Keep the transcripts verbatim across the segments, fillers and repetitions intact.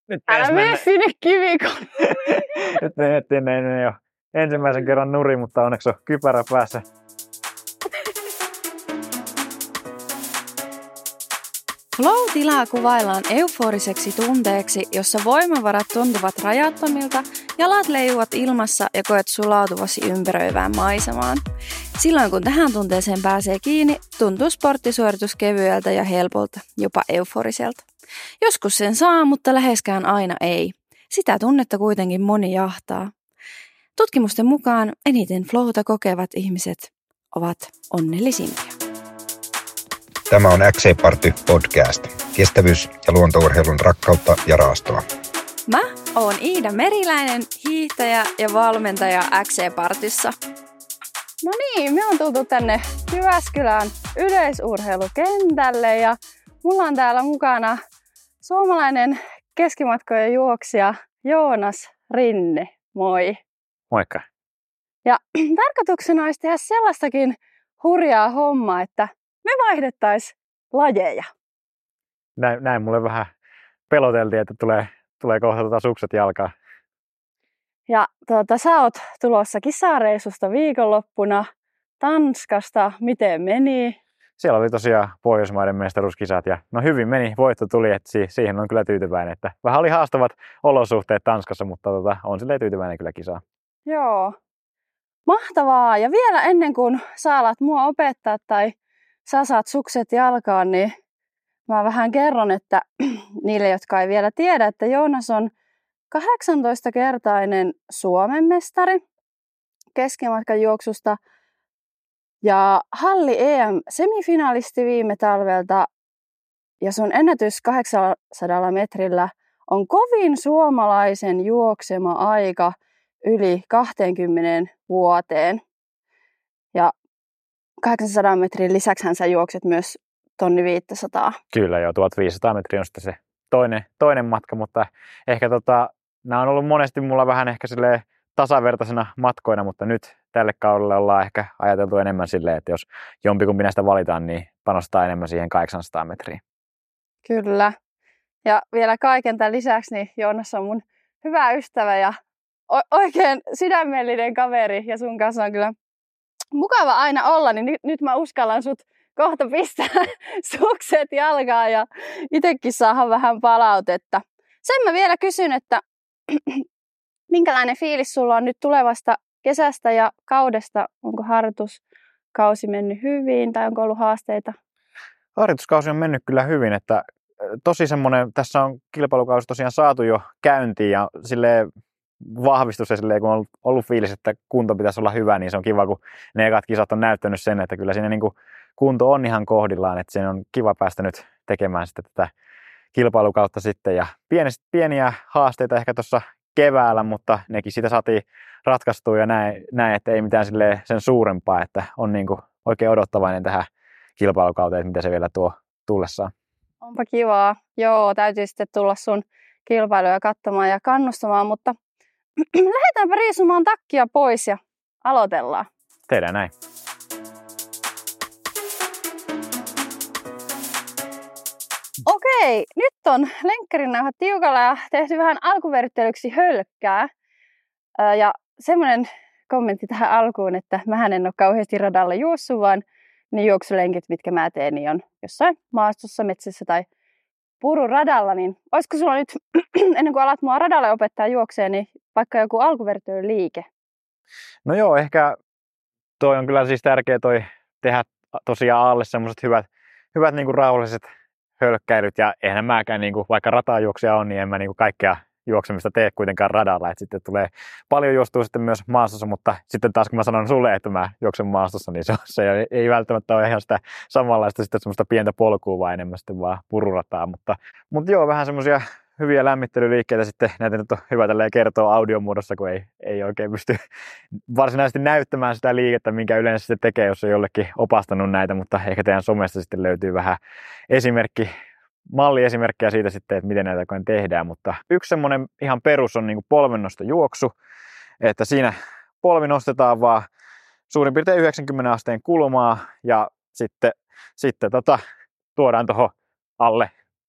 Nyt Älä mene sinne kivikolle. Nyt menettiin ne jo ensimmäisen kerran nurin, mutta onneksi on kypärä päässä. Flow-tilaa kuvaillaan euforiseksi tunteeksi, jossa voimavarat tuntuvat rajattomilta, jalat leijuvat ilmassa ja koet sulautuvasi ympäröivään maisemaan. Silloin kun tähän tunteeseen pääsee kiinni, tuntuu sporttisuoritus kevyeltä ja helpolta, jopa euforiselta. Joskus sen saa, mutta läheskään aina ei. Sitä tunnetta kuitenkin moni jahtaa. Tutkimusten mukaan eniten flowta kokevat ihmiset ovat onnellisimpia. Tämä on X C-Party podcast. Kestävyys- ja luontourheilun rakkautta ja raastoa. Mä oon Iida Meriläinen, hiihtäjä ja valmentaja X C-Partyssa. No niin, me on tultu tänne Jyväskylän yleisurheilukentälle ja mulla on täällä mukana suomalainen keskimatkojen juoksija Joonas Rinne. Moi. Moikka. Ja tarkoituksena olisi tehdä sellaistakin hurjaa hommaa, että me vaihdettaisiin lajeja. Näin, näin mulle vähän peloteltiin, että tulee, tulee kohta tuota sukset jalkaan. Ja tuota, sä oot tulossa kisareissusta viikonloppuna Tanskasta. Miten meni? Siellä oli tosiaan Pohjoismaiden mestaruuskisat ja no hyvin meni, voitto tuli, että siihen on kyllä tyytyväinen. Että vähän oli haastavat olosuhteet Tanskassa, mutta tota, on silleen tyytyväinen kyllä kisaan. Joo, mahtavaa. Ja vielä ennen kuin sä alat mua opettaa tai sä saat sukset jalkaan, niin mä vähän kerron, että niille, jotka ei vielä tiedä, että Joonas on kahdeksantoistakertainen Suomen mestari keskimatkan juoksusta ja halli E M-semifinalisti viime talvelta ja sun ennätys kahdeksansadalla metrillä on kovin suomalaisen juoksema aika yli kaksikymmentä vuoteen. Ja kahdeksansadan metrin lisäksi sä juokset myös tonni viisisataa. Kyllä joo, tuhatviisisataa metriä on sitten se toinen, toinen matka, mutta ehkä tota, nämä on ollut monesti mulla vähän ehkä silleen tasavertaisena matkoina, mutta nyt tälle kaudelle ollaan ehkä ajateltu enemmän silleen, että jos jompikumpi näistä valitaan, niin panostaa enemmän siihen kahdeksansataa metriä. Kyllä. Ja vielä kaiken tämän lisäksi, niin Joonas on mun hyvä ystävä ja oikein sydämellinen kaveri ja sun kanssa on kyllä mukava aina olla, niin nyt, nyt mä uskallan sut kohta pistää sukset jalkaan ja itsekin saada vähän palautetta. Sen mä vielä kysyn, että minkälainen fiilis sulla on nyt tulevasta kesästä ja kaudesta? Onko harjoituskausi mennyt hyvin tai onko ollut haasteita? Harjoituskausi on mennyt kyllä hyvin, että tosi semmoinen, tässä on kilpailukausi tosiaan saatu jo käyntiin ja silleen vahvistus ja silleen, kun on ollut, ollut fiilis, että kunto pitäisi olla hyvä, niin se on kiva, kun ne ekat kisat on näyttänyt sen, että kyllä siinä niin kuin kunto on ihan kohdillaan, että sen on kiva päästä nyt tekemään sitten tätä kilpailukautta sitten ja pienistä, pieniä haasteita ehkä tuossa keväällä, mutta nekin siitä saatiin ratkaistua ja näin, näin että ei mitään silleen sen suurempaa, että on niin kuin oikein odottavainen tähän kilpailukauteen, että mitä se vielä tuo tullessaan. Onpa kivaa. Joo, täytyy sitten tulla sun kilpailuja katsomaan ja kannustamaan, mutta lähdetäänpä riisumaan takkia pois ja aloitellaan. Tehdään näin. Okei, nyt on lenkkarinauhat tiukalla ja tehty vähän alkuverryttelyksi hölkkää. Ja semmoinen kommentti tähän alkuun, että mähän en ole kauheasti radalla juossut, vaan ne juoksulenkit, mitkä mä teen, niin on jossain maastossa, metsässä tai pururadalla. Niin olisiko sulla nyt, ennen kuin alat mua radalle opettaa juokseen, niin vaikka joku alkuverryttelyliike? No joo, ehkä toi on kyllä siis tärkeä toi tehdä tosiaan alle semmoiset hyvät, hyvät niinku rauhalliset hölkkäilyt ja eihän mäkään, niinku, vaikka ratajuoksia on, niin en mä niinku kaikkea juoksemista tee kuitenkaan radalla, että sitten tulee paljon juostua sitten myös maastossa, mutta sitten taas kun mä sanon sulle, että mä juoksen maastossa, niin se, se ei, ei välttämättä ole ihan sitä samanlaista sitten semmoista pientä polkua, vaan enemmän sitten vaan pururataa, mutta, mutta joo, vähän semmoisia hyviä lämmittelyliikkeitä sitten, näitä nyt on hyvä tälleen kertoa audiomuodossa, kun ei, ei oikein pysty varsinaisesti näyttämään sitä liikettä, minkä yleensä sitten tekee, jos ei jollekin opastanut näitä, mutta ehkä teidän somesta sitten löytyy vähän esimerkki, malliesimerkkejä siitä sitten, että miten näitä tehdään, mutta yksi semmoinen ihan perus on niin kuin polvennostojuoksu, että siinä polvi nostetaan vaan suurin piirtein yhdeksänkymmentä asteen kulmaa ja sitten, sitten tota, tuodaan tuohon alle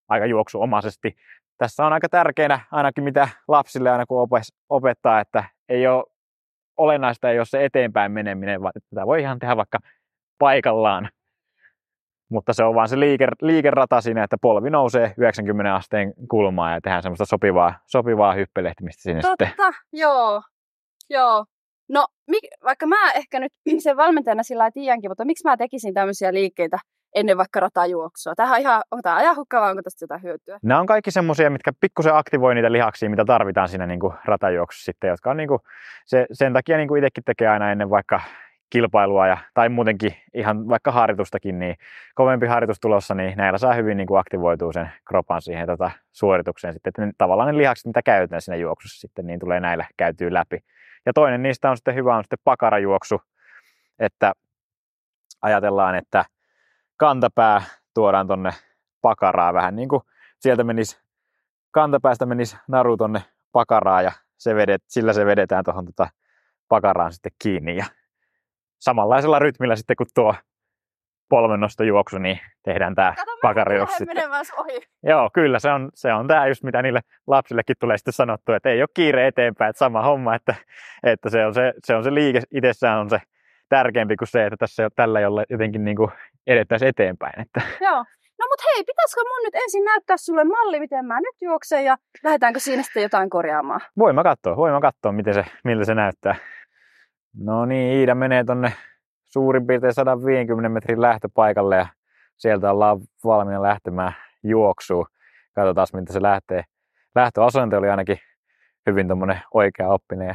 aika juoksuomaisesti. Tässä on aika tärkeänä ainakin mitä lapsille aina kun opettaa, että ei ole olennaista ei ole se eteenpäin meneminen, vaan tätä voi ihan tehdä vaikka paikallaan. Mutta se on vaan se liike, liikerata siinä, että polvi nousee yhdeksänkymmentä asteen kulmaan ja tehdään semmoista sopivaa, sopivaa hyppelehtimistä sinne Totta, sitten. joo. Joo. No, mik, vaikka mä ehkä nyt sen valmentajana sillä lailla tiedänkin, mutta miksi mä tekisin tämmöisiä liikkeitä ennen vaikka ratajuoksua? Tämähän on ihan, onko tämä ajanhukkaa vai onko tästä jotain hyötyä? Nämä on kaikki semmoisia, mitkä pikkusen aktivoi niitä lihaksia, mitä tarvitaan siinä niin kuin ratajuoksussa sitten, jotka on niin kuin, se, sen takia niin kuin itsekin tekee aina ennen vaikka kilpailua ja, tai muutenkin ihan vaikka harjoitustakin, niin kovempi harjoitus tulossa, niin näillä saa hyvin niin kuin aktivoitua sen kropan siihen tota, suoritukseen sitten, että ne, tavallaan ne lihakset, mitä käytetään siinä juoksussa sitten, niin tulee näillä käytyä läpi. Ja toinen niistä on sitten hyvä on sitten pakarajuoksu, että ajatellaan, että kantapää tuodaan tonne pakaraan vähän niin kuin sieltä menisi, kantapäästä menisi naru tonne pakaraan ja se vedet, sillä se vedetään tuohon tota pakaraan sitten kiinni ja samanlaisella rytmillä sitten kun tuo polvennostojuoksu, niin tehdään tämä pakarajuoksu sitten. Ohi. Joo, kyllä se on, se on tämä just mitä niille lapsillekin tulee sitten sanottua, että ei ole kiire eteenpäin, että sama homma, että, että se, on se, se on se liike itsessään on se tärkeämpi kuin se, että tässä jo, tällä jolla jotenkin niin kuin edettäisiin eteenpäin. Että. Joo. No mut hei, pitäisikö mun nyt ensin näyttää sulle malli, miten mä nyt juoksen ja lähdetäänkö siinä sitten jotain korjaamaan? Voin mä katsoa, voin mä katsoa, miten se, miltä se näyttää. No niin, Iida menee tonne suurin piirtein sata viisikymmentä metrin lähtöpaikalle ja sieltä ollaan valmiina lähtemään juoksuun. Katsotaan, miltä se lähtee. Lähtöasento oli ainakin hyvin tommonen oikea oppinen. Ja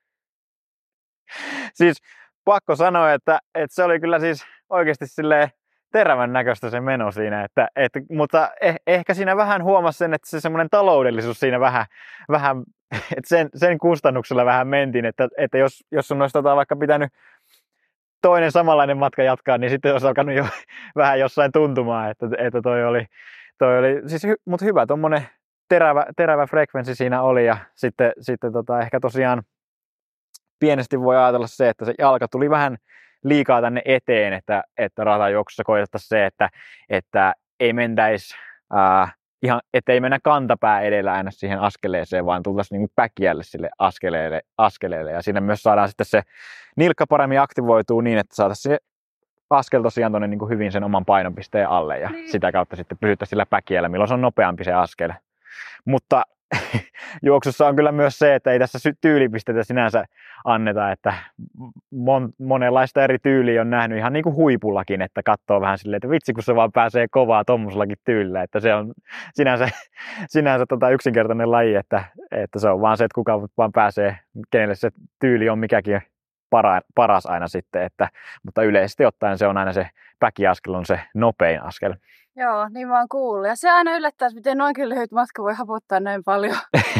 siis pakko sanoa, että, että se oli kyllä siis oikeasti silleen terävän näköistä se meno siinä, että, että, mutta eh, ehkä siinä vähän huomasi sen, että se semmoinen taloudellisuus siinä vähän, vähän että sen, sen kustannuksella vähän mentiin, että, että jos, jos sun olisi tota vaikka pitänyt toinen samanlainen matka jatkaa, niin sitten olisi alkanut jo vähän jossain tuntumaan, että, että toi oli, toi oli siis hy, mutta hyvä tommonen terävä, terävä frekvenssi siinä oli ja sitten, sitten tota, ehkä tosiaan pienesti voi ajatella se, että se jalka tuli vähän liikaa tänne eteen, että, että ratajuoksussa koitettaisiin se, että, että ei mentäisi äh, ihan, ettei mennä kantapää edellä aina siihen askeleeseen, vaan tultaisiin niin päkiälle sille askeleelle, askeleelle. Ja siinä myös saadaan sitten se nilkka paremmin aktivoituu niin, että saataisiin se askel tosiaan tuonne niin hyvin sen oman painopisteen alle ja niin. Sitä kautta sitten pysyttäisiin sillä päkiällä, milloin se on nopeampi se askel. Mutta juoksussa on kyllä myös se, että ei tässä tyylipisteitä sinänsä anneta, että mon, monenlaista eri tyyliä on nähnyt ihan niin kuin huipullakin, että katsoo vähän silleen, että vitsi kun se vaan pääsee kovaa tommosellakin tyylillä, että se on sinänsä, sinänsä tota yksinkertainen laji, että, että se on vaan se, että kuka vaan pääsee, kenelle se tyyli on mikäkin para, paras aina sitten, että, mutta yleisesti ottaen se on aina se päkiaskel on se nopein askel. Joo, niin mä oon kuullut. Ja se aina yllättää, miten noinkin lyhyt matka voi hapottaa näin paljon.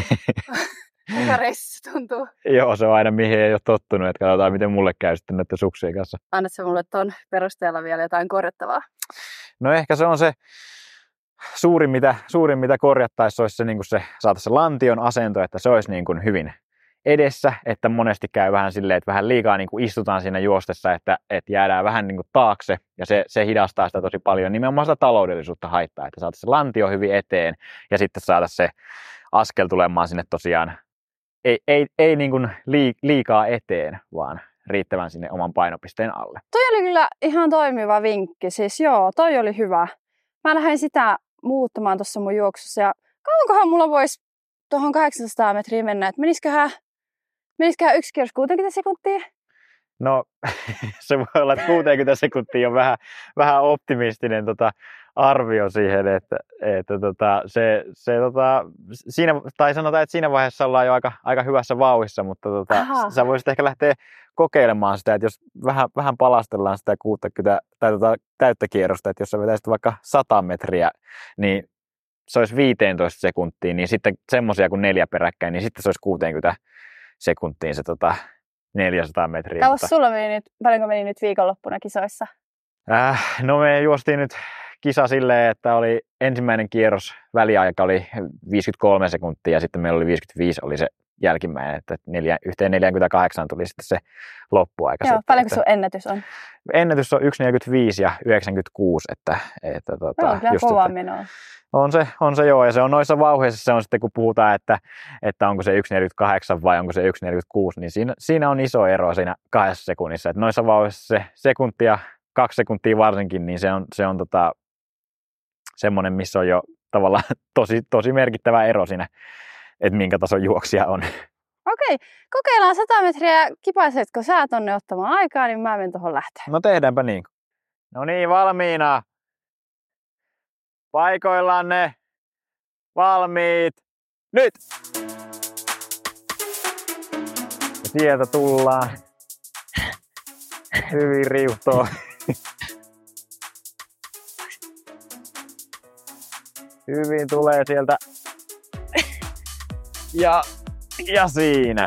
Mikä reissi tuntuu. Joo, se on aina mihin ei ole tottunut, että katsotaan miten mulle käy sitten näiden suksien kanssa. Annatko mulle ton perusteella vielä jotain korjattavaa? No ehkä se on se suurin mitä, suurin mitä korjattaisiin, olisi se, niin kuin se saataisiin se lantion asento, että se olisi niin kuin hyvin edessä, että monesti käy vähän silleen, että vähän liikaa niin kuin istutaan siinä juostessa, että, että jäädään vähän niin kuin taakse ja se, se hidastaa sitä tosi paljon, nimenomaan sitä taloudellisuutta haittaa, että saataisiin se lantio hyvin eteen ja sitten saataisiin se askel tulemaan sinne tosiaan, ei, ei, ei niin kuin liikaa eteen, vaan riittävän sinne oman painopisteen alle. Toi oli kyllä ihan toimiva vinkki, siis joo, toi oli hyvä. Mä lähdin sitä muuttamaan tuossa mun juoksussa ja kauankohan mulla voisi tuohon kahdeksansataa metriä mennä, että menisiköhän Menisiköhän yksi kierros kuusikymmentä sekuntia? No se voi olla, että kuusikymmentä sekuntia on vähän, vähän optimistinen tota, arvio siihen, että, että tota, se, se tota, siinä, tai sanotaan, että siinä vaiheessa ollaan jo aika, aika hyvässä vauhissa, mutta tota, sä voisit ehkä lähteä kokeilemaan sitä, että jos vähän, vähän palastellaan sitä kuusikymmentä tai tota, täyttä kierrosta, että jos sä vetäisit vaikka sata metriä, niin se olisi viisitoista sekuntia, niin sitten semmoisia kuin neljä peräkkäin, niin sitten se olisi kuusikymmentä sekuntiin se tota, neljäsataa metriä. Kauas mutta sulla meni nyt, paljonko meni nyt viikonloppuna kisoissa? Äh, no me juostiin nyt kisa silleen, että oli ensimmäinen kierros, väliaika oli viisikymmentäkolme sekuntia ja sitten meillä oli viisikymmentäviisi oli se jälkimmäinen, että neljä, yhteen neljäkymmentäkahdeksan tuli sitten se loppuaika. Joo, sitten, paljonko että sun ennätys on? Ennätys on yksi neljäkymmentäviisi ja yhdeksänkymmentäkuusi, että, että tota, Joo, kyllä just, kovaa että, menoa. on se, on se joo, ja se on noissa vauheissa, se on sitten kun puhutaan, että, että onko se yksi neljäkymmentäkahdeksan vai onko se yksi neljäkymmentäkuusi, niin siinä, siinä on iso ero siinä kahdessa sekunnissa, että noissa vauheissa se sekuntia, kaksi sekuntia varsinkin, niin se on, se on tota, semmoinen, missä on jo tavallaan tosi, tosi merkittävä ero siinä, että minkä tason juoksija on. Okei, kokeillaan sata metriä. Kipaisetko sä tonne ottamaan aikaa, niin mä menen tuohon lähtöön. No tehdäänpä niin. No niin, valmiina. Paikoillanne. Valmiit. Nyt! Ja sieltä tullaan. Hyvin riuhtoo. Hyvin tulee sieltä. Ja, ja siinä.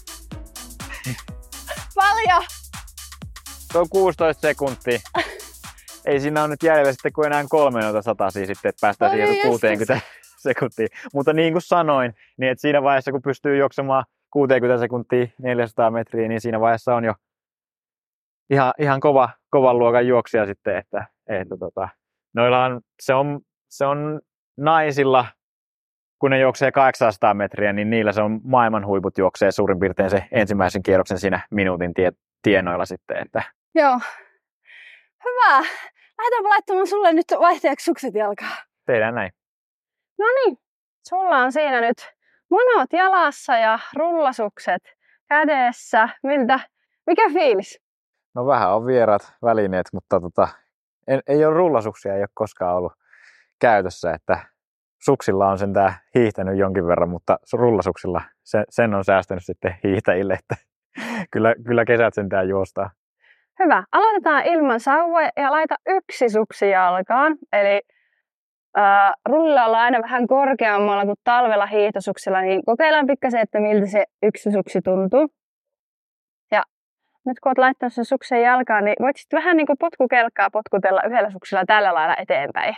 Paljon! Se on kuusitoista sekuntia. Ei siinä ole nyt jäljellä sitten kuin enää kolme noita satasia sitten, että päästään Oi siihen jesses. kuusikymmentä sekuntia. Mutta niin kuin sanoin, niin että siinä vaiheessa kun pystyy juoksemaan kuusikymmentä sekuntia neljäsataa metriä, niin siinä vaiheessa on jo ihan, ihan kova, kovan luokan juoksija sitten, että, että tota, noillahan se on, se on naisilla, kun ne juoksee kahdeksansataa metriä, niin niillä se on maailman huiput juoksee suurin piirtein se ensimmäisen kierroksen siinä minuutin tie, tienoilla sitten. Että. Joo. Hyvä. Lähdetäänkö laittamaan sulle nyt vaihteeksi sukset jalkaan? Tehdään näin. No niin. Sulla on siinä nyt monot jalassa ja rullasukset kädessä. Miltä? Mikä fiilis? No vähän on vieraat välineet, mutta tota, en, ei ole rullasuksia, ei ole koskaan ollut käytössä, että suksilla on sentään hiihtänyt jonkin verran, mutta rullasuksilla se, sen on säästänyt sitten hiihtäjille, että kyllä, kyllä kesät sentään juostaa. Hyvä. Aloitetaan ilman sauvoja ja laita yksi suksi jalkaan. Eli äh, rullilla ollaan aina vähän korkeammalla kuin talvella hiihtosuksilla, niin kokeillaan pikkasen, että miltä se yksi suksi tuntuu. Ja nyt kun olet laittanut sen suksen jalkaan, niin voit sitten vähän niin kuin potkukelkkaa potkutella yhdellä suksella tällä lailla eteenpäin.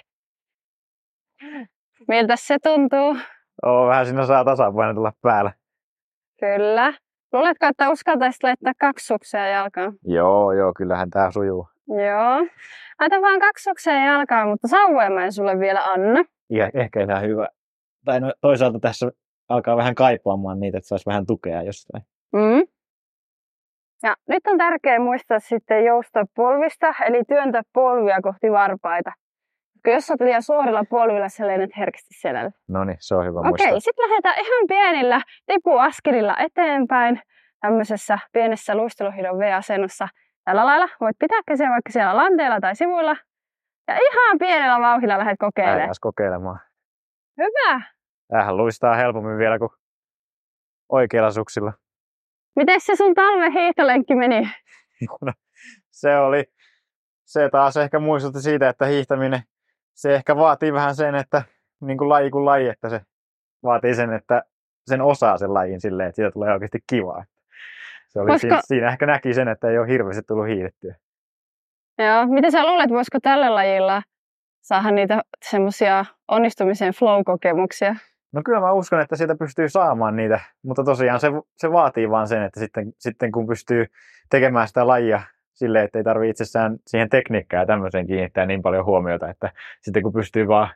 Miltä se tuntuu? Oo, vähän siinä saa tasapaino tulla päällä. Kyllä. Luuletko, että uskaltaisit laittaa kaksi suksia jalkaan? Joo, joo, kyllähän tää sujuu. Joo. Laita vaan kaksi suksia jalkaan, mutta sauvoja mä en sulle vielä anna. Ja ehkä ihan hyvä. Tai no, toisaalta tässä alkaa vähän kaipaamaan niitä, että saisi vähän tukea jostain. Mm. Ja nyt on tärkeää muistaa sitten joustaa polvista, eli työntää polvia kohti varpaita. Jos olet liian suorilla polvilla, sä lennät herkästi selälle. No niin, se on hyvä Okei, muistaa. sitten lähdetään ihan pienillä tipuaskelilla eteenpäin tämmöisessä pienessä luisteluhidon V-asennossa. Tällä lailla voit pitää käsiä vaikka siellä lanteella tai sivuilla. Ja ihan pienellä vauhdilla lähdet kokeilemaan. Lähdetään kokeilemaan. Hyvä! Tämähän luistaa helpommin vielä kuin oikeilla suksilla. Miten se sun talven hiihtolenkki meni? No, se oli, se taas ehkä muistutti siitä, että hiihtäminen, se ehkä vaatii vähän sen, että niin kuin laji kuin laji, että se vaatii sen, että sen osaa sen lajin silleen, että siitä tulee oikeasti kivaa. Se oli, Voisiko... siinä, siinä ehkä näki sen, että ei ole hirveästi tullut hiihdettyä. Joo, miten sä luulet, voisiko tällä lajilla saada niitä semmoisia onnistumisen flow-kokemuksia? No kyllä mä uskon, että siitä pystyy saamaan niitä, mutta tosiaan se, se vaatii vaan sen, että sitten, sitten kun pystyy tekemään sitä lajia silleen, että ei tarvitse itsessään siihen tekniikkaan ja tämmöiseen kiinnittää niin paljon huomiota, että sitten kun pystyy vaan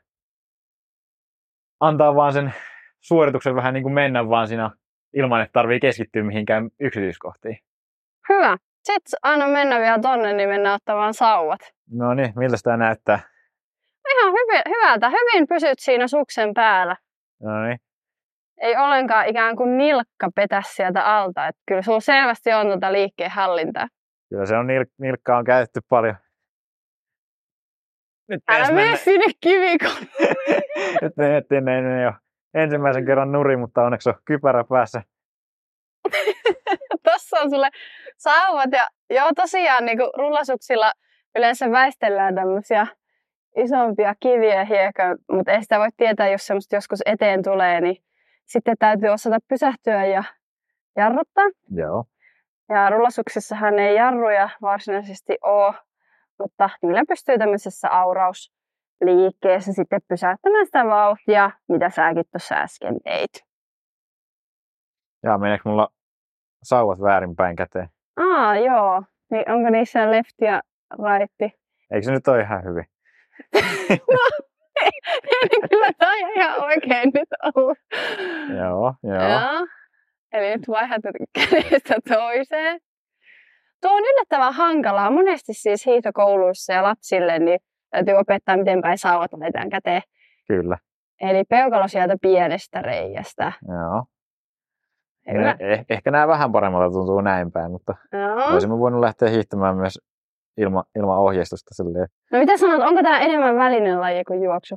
antaa vaan sen suorituksen vähän niin kuin mennä vaan siinä ilman, että tarvii keskittyä mihinkään yksityiskohtiin. Hyvä. Sitten anna mennä vielä tonne, niin mennään ottamaan sauvat. No niin, miltä tämä näyttää? Ihan hyvi, hyvältä. Hyvin pysyt siinä suksen päällä. No niin. Ei ollenkaan ikään kuin nilkka petä sieltä alta. Että kyllä sulla selvästi on tuota liikkeen hallintaa. Kyllä se on, nil- nilkkaa on käytetty paljon. Nyt Älä mene sinne kivikolle. Nyt menettiin ne jo ensimmäisen kerran nuri, mutta onneksi on kypärä päässä. Tossa on sulle sauvat. Ja joo, tosiaan niin kuin rullasuksilla yleensä väistellään tämmöisiä isompia kiviä ja hiekkoja, mutta ei sitä voi tietää, jos semmoista joskus eteen tulee, niin sitten täytyy osata pysähtyä ja jarruttaa. Joo. Ja rullasuksissahan ei jarruja varsinaisesti ole, mutta niillä pystyy tämmöisessä aurausliikkeessä sitten pysäyttämään sitä vauhtia, mitä säkin tuossa äsken teit. Jaa, meneekö mulla sauvat väärinpäin käteen? Aa, joo. Niin onko niissä left ja right? Eikö se nyt ole ihan hyvin? No, ei, ei kyllä toi ihan oikein nyt ollut. Joo, joo. Joo. Eli nyt vaihdat kädestä toiseen. Tuo on yllättävän hankalaa. Monesti siis hiihtokouluissa ja lapsille niin täytyy opettaa, miten päin sauvat laitetaan käteen. Kyllä. Eli peukalo sieltä pienestä reiästä. Joo. Hyvä. Ne, eh, ehkä nämä vähän paremmalta tuntuu näin päin, mutta Joo. olisimme voinut lähteä hiihtämään myös ilma, ilman ohjeistusta. Silleen. No mitä sanot, onko tämä enemmän välinen laji kuin juoksu?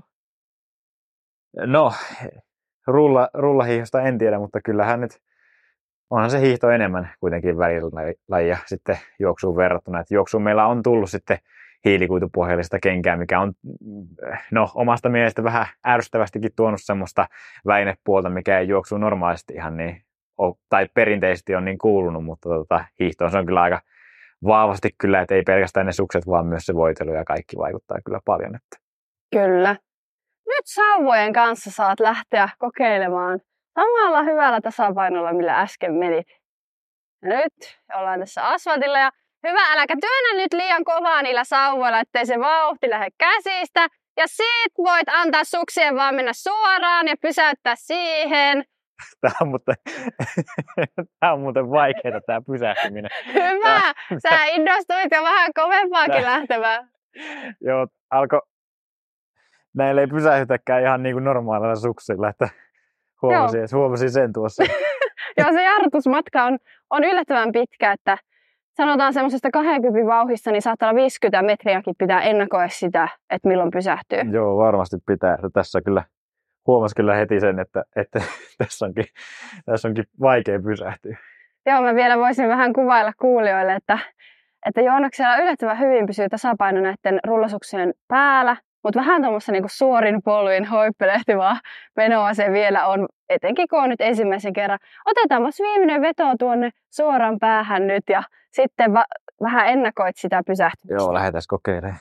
No, rulla, rullahiihdosta en tiedä, mutta kyllähän nyt onhan se hiihto enemmän kuitenkin välilaji ja sitten juoksuun verrattuna. Et juoksuun meillä on tullut sitten hiilikuitupohjallista kenkää, mikä on no, omasta mielestä vähän ärsyttävästikin tuonut semmoista väinepuolta, mikä ei juoksuun normaalisti ihan niin, tai perinteisesti on niin kuulunut, mutta tota, hiihtoon se on kyllä aika vahvasti kyllä, että ei pelkästään ne sukset, vaan myös se voitelu ja kaikki vaikuttaa kyllä paljon. Että. Kyllä. Nyt sauvojen kanssa saat lähteä kokeilemaan samalla hyvällä tasapainolla, millä äsken menit. Ja nyt ollaan tässä asfaltilla ja hyvä, äläkä työnnä nyt liian kovaa niillä sauvoilla, ettei se vauhti lähde käsistä. Ja sit voit antaa suksien vaan mennä suoraan ja pysäyttää siihen. Tämä on muuten, tämä on muuten vaikeaa tämä pysähtyminen. Hyvä! Sä innostuit jo vähän kovempaakin Tää. lähtemään. Joo, alkoi. Näillä ei pysähdytäkään ihan niin kuin normaalilla suksilla, että huomasin, huomasin sen tuossa. Joo, se jarrutusmatka on, on yllättävän pitkä, että sanotaan semmoisesta kaksikymmentä vauhissa, niin saattaa olla viisikymmentä metriäkin pitää ennakoida sitä, että milloin pysähtyy. Joo, varmasti pitää. Tässä kyllä huomasi kyllä heti sen, että, että tässä, onkin, tässä onkin vaikea pysähtyä. Joo, mä vielä voisin vähän kuvailla kuulijoille, että, että Joonaksella yllättävän hyvin pysyy tasapaino näiden rullasuksien päällä, mutta vähän tuommoista niinku suorin polvin hoippelehtivaa menoa se vielä on, etenkin kun on nyt ensimmäisen kerran. Otetaan viimeinen veto tuonne suoran päähän nyt ja sitten va- vähän ennakoit sitä pysähtymistä. Joo, lähdetään kokeilemaan.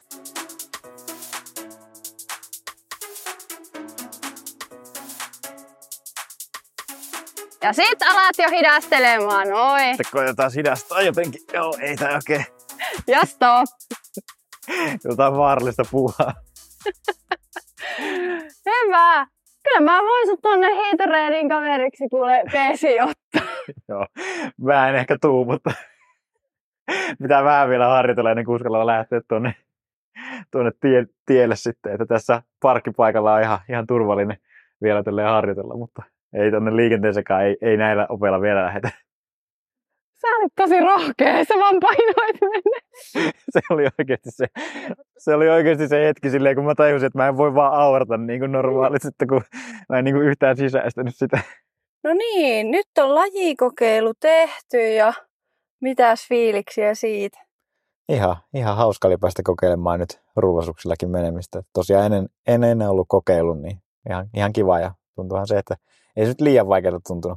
Ja sit alat jo hidastelemaan, noin. Sitten koitetaan hidastaa jotenkin. Joo, ei tää oikein. Ja stop. Jotain vaarallista puuhaa. Hyvä. Kyllä mä voin sut tonne hiihtoreenin kaveriksi kuule peesi ottaa. Joo, mä en ehkä tuu, mutta pitää vähän vielä harjoitella ennen kuin uskallaan lähteä tuonne, tuonne tie, tielle sitten. Että tässä parkkipaikalla on ihan, ihan turvallinen vielä tälleen harjoitella, mutta ei tuonne liikenteeseenkaan, ei, ei näillä opeilla vielä lähdetä. Sä olit tosi rohkea, sä vaan painoit mennä. Se oli oikeasti se, se, oli oikeasti se hetki silleen, kun mä tajusin, että mä en voi vaan aurata niin kuin normaalisti, sitten kun mä en niin kuin yhtään sisäistänyt sitä. No niin, nyt on lajikokeilu tehty ja mitäs fiiliksiä siitä? Ihan, ihan hauska oli päästä kokeilemaan nyt rullasuksillakin menemistä. Tosiaan en, en enää ollut kokeillut, niin ihan, ihan kiva ja tuntuuhan se, että ei se nyt liian vaikeaa tuntunut.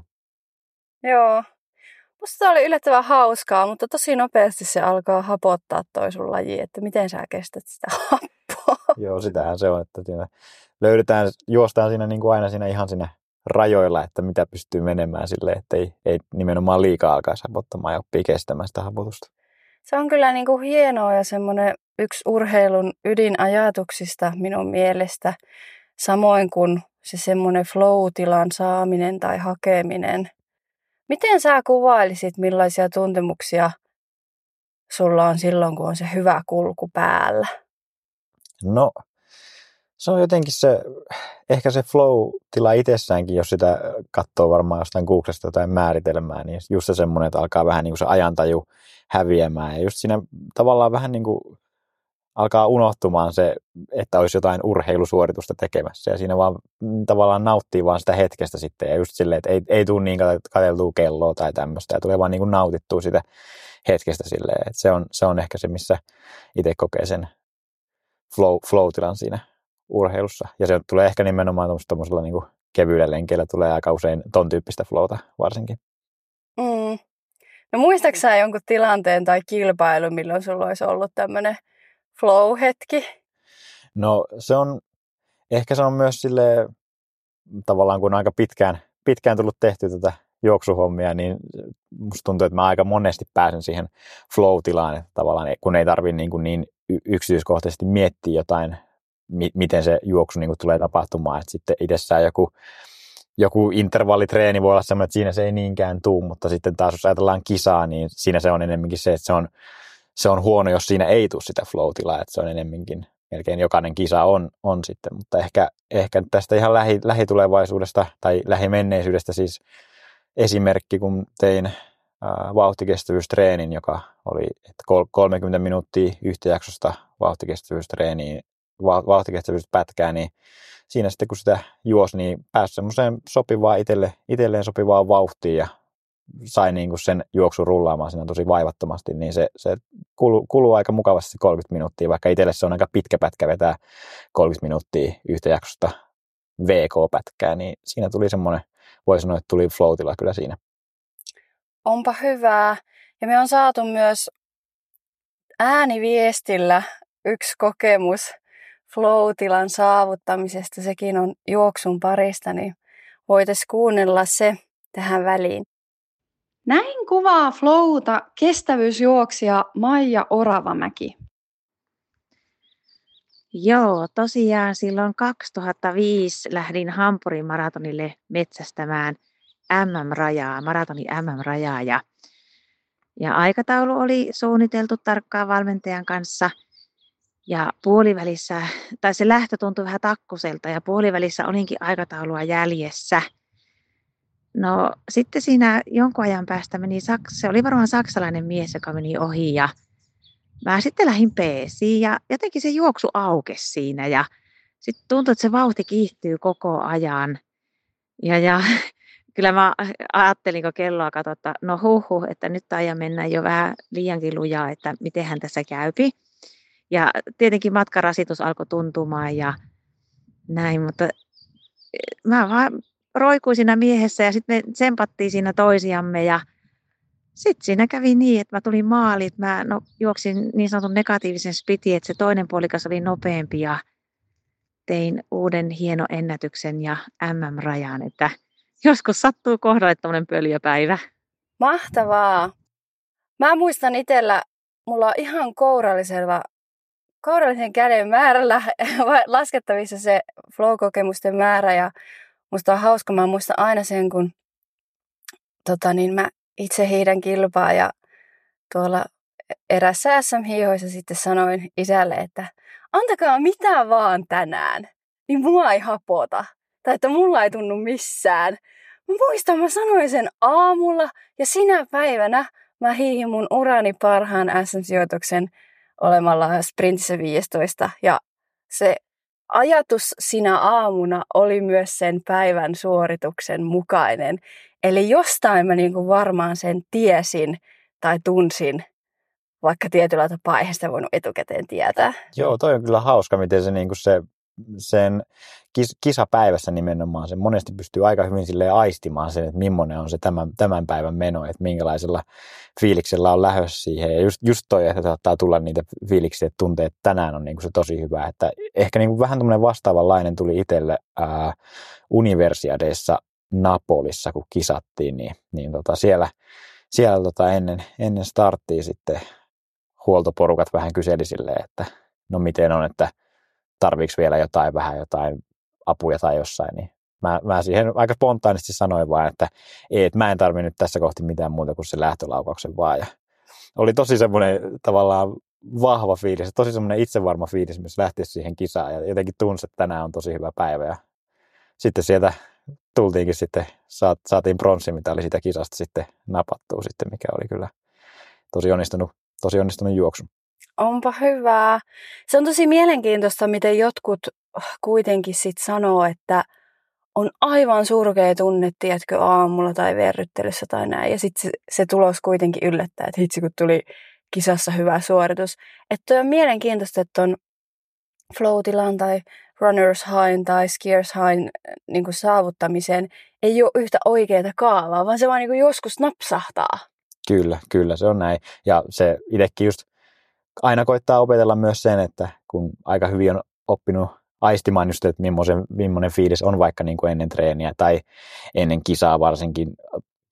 Joo. Musta se oli yllättävän hauskaa, mutta tosi nopeasti se alkaa hapottaa toi sun laji, että miten sä kestät sitä happoa. Joo, sitähän se on, että siinä löydetään, juostaan siinä niin kuin aina siinä ihan siinä rajoilla, että mitä pystyy menemään silleen, että ei, ei nimenomaan liikaa alkaisi hapottamaan ja oppii kestämään sitä hapotusta. Se on kyllä niin kuin hienoa ja semmoinen yksi urheilun ydinajatuksista minun mielestä, samoin kuin se semmoinen flow-tilan saaminen tai hakeminen. Miten sä kuvailisit, millaisia tuntemuksia sulla on silloin, kun on se hyvä kulku päällä? No, se on jotenkin se, ehkä se flow-tila itsessäänkin, jos sitä katsoo varmaan jostain Googlesta jotain määritelmää, niin just se semmoinen, että alkaa vähän niin kuin se ajantaju häviämään. Ja just siinä tavallaan vähän niin kuin alkaa unohtumaan se, että olisi jotain urheilusuoritusta tekemässä. Ja siinä vaan tavallaan nauttii vaan sitä hetkestä sitten. Ja just silleen, että ei, ei tule niin katseltua kelloa tai tämmöistä. Ja tulee vaan niin kuin nautittua sitä hetkestä silleen. Että se on, se on ehkä se, missä itse kokee sen flow, flow-tilan siinä urheilussa. Ja se tulee ehkä nimenomaan tuollaisella niin kuin kevyillä lenkeillä tulee aika usein ton tyyppistä flowta varsinkin. Mm. No muistatko sä jonkun tilanteen tai kilpailun, milloin sulla olisi ollut tämmöinen flow-hetki? No se on, ehkä se on myös silleen, tavallaan kun on aika pitkään, pitkään tullut tehty tätä juoksuhommia, niin musta tuntuu, että mä aika monesti pääsen siihen flow-tilaan, että tavallaan kun ei tarvitse niin, niin yksityiskohtaisesti miettiä jotain, mi- miten se juoksu niin kuin tulee tapahtumaan, että sitten itsessään joku, joku intervallitreeni voi olla semmoinen, että siinä se ei niinkään tuu, mutta sitten taas jos ajatellaan kisaa, niin siinä se on enemmänkin se, että se on, se on huono, jos siinä ei tule sitä flow-tilaa, että se on enemmänkin, melkein jokainen kisa on, on sitten, mutta ehkä, ehkä tästä ihan lähi, lähitulevaisuudesta tai lähimenneisyydestä siis esimerkki, kun tein äh, vauhtikestävyystreenin, joka oli että kolmekymmentä minuuttia yhtäjaksosta vauhtikestävyystreeniä, vauhtikestävyyspätkää, niin siinä sitten kun sitä juosi, niin pääsi semmoiseen sopivaan itselle, itselleen sopivaan vauhtiin ja sai niin kuin sen juoksun rullaamaan siinä tosi vaivattomasti, niin se, se kuluu, kuluu aika mukavasti kolmekymmentä minuuttia, vaikka itselle se on aika pitkä pätkä vetää kolmekymmentä minuuttia yhtä jaksosta V K-pätkää, niin siinä tuli semmoinen, voi sanoa, että tuli flow-tila kyllä siinä. Onpa hyvää. Ja me on saatu myös ääniviestillä yksi kokemus flow-tilan saavuttamisesta. Sekin on juoksun parista, niin voitaisiin kuunnella se tähän väliin. Näin kuvaa flowta kestävyysjuoksija Maija Oravamäki. Joo, tosiaan silloin kaksituhattaviisi lähdin Hampurin maratonille metsästämään M M-rajaa, maratonin M M-rajaa ja, ja aikataulu oli suunniteltu tarkkaan valmentajan kanssa ja puolivälissä, tai se lähtö tuntui vähän takkuselta ja puolivälissä olinkin aikataulua jäljessä. No sitten siinä jonkun ajan päästä meni, se oli varmaan saksalainen mies, joka meni ohi ja mä sitten lähdin peesiin ja jotenkin se juoksu aukesi siinä ja sitten tuntui, että se vauhti kiihtyy koko ajan. Ja, ja kyllä mä ajattelin, kun kelloa katsoin, että no huhu, että nyt ajan mennä jo vähän liiankin lujaa, että mitenhän tässä käypi. Ja tietenkin matkarasitus alkoi tuntumaan ja näin, mutta mä vaan roikuin siinä miehessä ja sitten me tsempattiin siinä toisiamme ja sitten siinä kävi niin, että mä tulin maaliin, että mä no, juoksin niin sanotun negatiivisen splitin, että se toinen puolikas oli nopeampi ja tein uuden hieno ennätyksen ja M M-rajan, että joskus sattuu kohdalle tämmöinen pöljäpäivä. Mahtavaa! Mä muistan itsellä, mulla on ihan kourallisella, kourallisen käden määrällä laskettavissa se flow-kokemusten määrä ja musta on hauska, mä muistan aina sen, kun tota, niin mä itse hiidän kilpaa ja tuolla erässä S M-hiihoissa sitten sanoin isälle, että antakaa mitä vaan tänään, niin mua ei hapota. Tai että mulla ei tunnu missään. Mä muistan, mä sanoin sen aamulla ja sinä päivänä mä hiihin mun urani parhaan S M-sijoituksen olemalla sprintissä viisitoista. Ja se ajatus sinä aamuna oli myös sen päivän suorituksen mukainen. Eli jostain mä niinku varmaan sen tiesin tai tunsin, vaikka tietyllä tapaa eihän sitä voinut etukäteen tietää. Joo, toi on kyllä hauska, miten se, niinku se sen kis, kisapäivässä nimenomaan, se monesti pystyy aika hyvin silleen aistimaan sen, että millainen on se tämän, tämän päivän meno, että minkälaisella fiiliksellä on lähdössä siihen. Ja just, just toi, että saattaa tulla niitä fiiliksiä, että tuntee, että tänään on niinku se tosi hyvä. Että ehkä niinku vähän tämmöinen vastaavanlainen tuli itselle ää, Universiadeissa Napolissa, kun kisattiin, niin, niin tota siellä, siellä tota ennen, ennen starttia sitten huoltoporukat vähän kyseli silleen, että no miten on, että tarviiko vielä jotain, vähän jotain apuja tai jossain, niin mä, mä siihen aika spontaanisti sanoin vaan, että ei, että mä en tarvi nyt tässä kohti mitään muuta kuin se lähtölaukauksen vaan. Ja oli tosi semmoinen tavallaan vahva fiilis, tosi semmoinen itsevarma fiilis myös lähteä siihen kisaan ja jotenkin tunsi, että tänään on tosi hyvä päivä ja sitten sieltä tultiinkin sitten, saatiin pronssimitali siitä kisasta sitten napattua sitten, mikä oli kyllä tosi onnistunut, tosi onnistunut juoksu. Onpa hyvää. Se on tosi mielenkiintoista, miten jotkut kuitenkin sit sanoo, että on aivan surkea tunne, tiedätkö, aamulla tai verryttelyssä tai näin. Ja sitten se, se tulos kuitenkin yllättää, että hitsi kun tuli kisassa hyvä suoritus. Että on mielenkiintoista, että on flow-tilan tai runners high tai skiers high niin kuin saavuttamiseen ei ole yhtä oikeaa kaavaa, vaan se vaan niin kuin joskus napsahtaa. Kyllä, kyllä, se on näin. Ja se itsekin just aina koittaa opetella myös sen, että kun aika hyvin on oppinut aistimaan just, että millainen, millainen fiilis on vaikka niin kuin ennen treeniä tai ennen kisaa varsinkin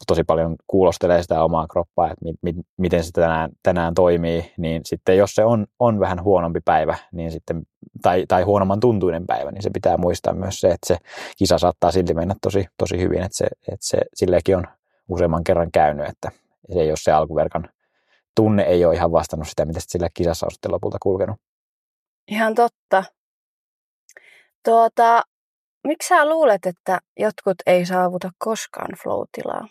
tosi paljon kuulostelee sitä omaa kroppaa, että mi, mi, miten se tänään, tänään toimii, niin sitten jos se on, on vähän huonompi päivä, niin sitten, tai, tai huonomman tuntuinen päivä, niin se pitää muistaa myös se, että se kisa saattaa silti mennä tosi, tosi hyvin, että se, että se sillekin on useamman kerran käynyt, että se ei ole se alkuverkan tunne ei ole ihan vastannut sitä, mitä sillä kisassa on sitten lopulta kulkenut. Ihan totta. Tuota, miksi sä luulet, että jotkut ei saavuta koskaan flow-tilaa?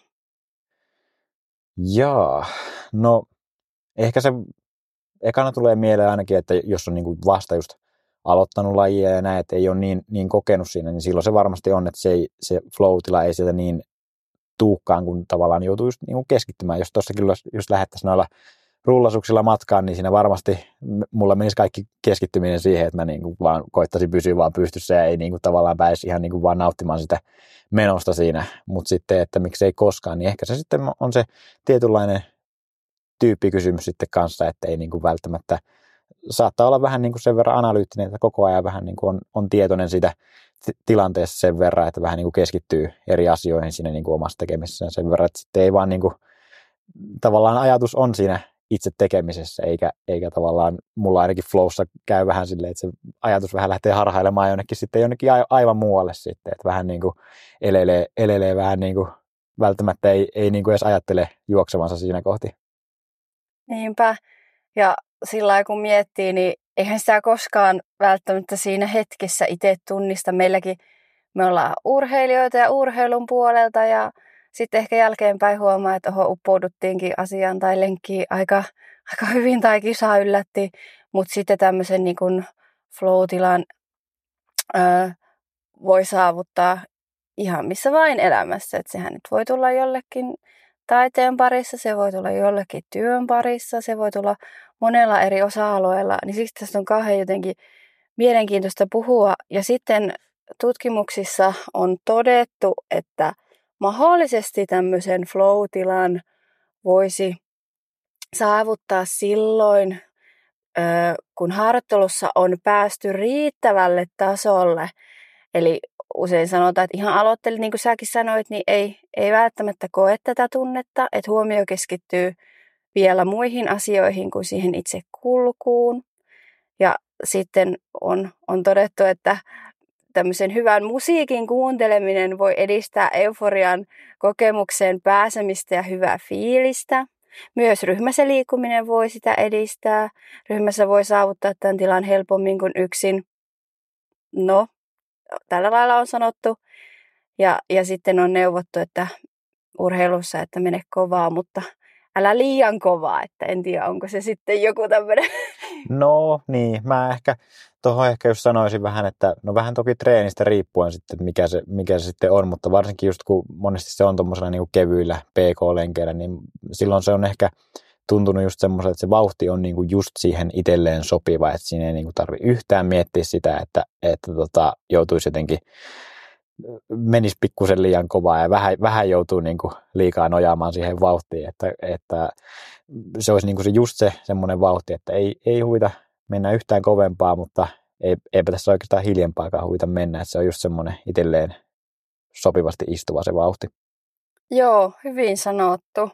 Jaa, no ehkä se ekana tulee mieleen ainakin, että jos on niinku vasta just aloittanut lajia ja näin, että ei ole niin, niin kokenut siinä, niin silloin se varmasti on, että se, ei, se flow-tila ei sieltä niin tuukkaan, kun tavallaan joutuu just niinku keskittymään. Jos tuossakin just lähettäisiin noilla rullasuksilla matkaan, niin siinä varmasti mulla menisi kaikki keskittyminen siihen, että mä niinku vaan koittaisin pysyä vaan pystyssä ja ei niinku tavallaan pääisi ihan niinku vaan nauttimaan sitä menosta siinä. Mutta sitten, että miksei koskaan, niin ehkä se sitten on se tietynlainen tyyppikysymys sitten kanssa, että ei niinku välttämättä saattaa olla vähän niinku sen verran analyyttinen, että koko ajan vähän niinku on, on tietoinen siitä tilanteessa sen verran, että vähän niinku keskittyy eri asioihin siinä niinku omassa tekemisessä sen verran, että sitten ei vaan niinku tavallaan ajatus on siinä itse tekemisessä, eikä, eikä tavallaan mulla ainakin flowssa käy vähän silleen, että se ajatus vähän lähtee harhailemaan jonnekin sitten jonnekin aivan muualle sitten, että vähän niin kuin elelee, elelee vähän niin kuin välttämättä ei, ei niin kuin edes ajattele juoksevansa siinä kohti. Niinpä, ja sillä lailla kun miettii, niin eihän sitä koskaan välttämättä siinä hetkessä itse tunnista. Meilläkin me ollaan urheilijoita ja urheilun puolelta ja sitten ehkä jälkeenpäin huomaa, että oho, uppouduttiinkin asiaan tai lenkkiin aika, aika hyvin tai kisa yllätti. Mutta sitten tämmöisen niin kuin flow-tilan öö, voi saavuttaa ihan missä vain elämässä. Et sehän nyt voi tulla jollekin taiteen parissa, se voi tulla jollekin työn parissa, se voi tulla monella eri osa-alueella. Niin siksi tästä on kauhean jotenkin mielenkiintoista puhua. Ja sitten tutkimuksissa on todettu, että mahdollisesti tämmöisen flow-tilan voisi saavuttaa silloin, kun harjoittelussa on päästy riittävälle tasolle. Eli usein sanotaan, että ihan aloittelit, niin kuin säkin sanoit, niin ei, ei välttämättä koe tätä tunnetta, että huomio keskittyy vielä muihin asioihin kuin siihen itse kulkuun. Ja sitten on, on todettu, että tämmöisen hyvän musiikin kuunteleminen voi edistää euforian kokemukseen pääsemistä ja hyvää fiilistä. Myös ryhmässä liikkuminen voi sitä edistää. Ryhmässä voi saavuttaa tämän tilan helpommin kuin yksin. No, tällä lailla on sanottu. Ja, ja sitten on neuvottu, että urheilussa, että mene kovaa, mutta älä liian kovaa. Että en tiedä, onko se sitten joku tämmöinen. No niin, mä ehkä tuohon ehkä just sanoisin vähän, että no vähän toki treenistä riippuen sitten, mikä se, mikä se sitten on, mutta varsinkin just kun monesti se on tuommoisella niin kuin kevyillä P K-lenkeillä, niin silloin se on ehkä tuntunut just semmoiselta, että se vauhti on niin kuin just siihen itselleen sopiva, että siinä ei niin kuin tarvitse yhtään miettiä sitä, että, että tota, joutuisi jotenkin, menisi pikkusen liian kovaa ja vähän, vähän joutuu niin kuin liikaa nojaamaan siihen vauhtiin, että, että se olisi niin kuin se just se semmoinen vauhti, että ei, ei huvita mennä yhtään kovempaa, mutta ei, eipä tässä oikeastaan hiljempaakaan huvita mennä, että se on just semmoinen itselleen sopivasti istuva se vauhti. Joo, hyvin sanottu.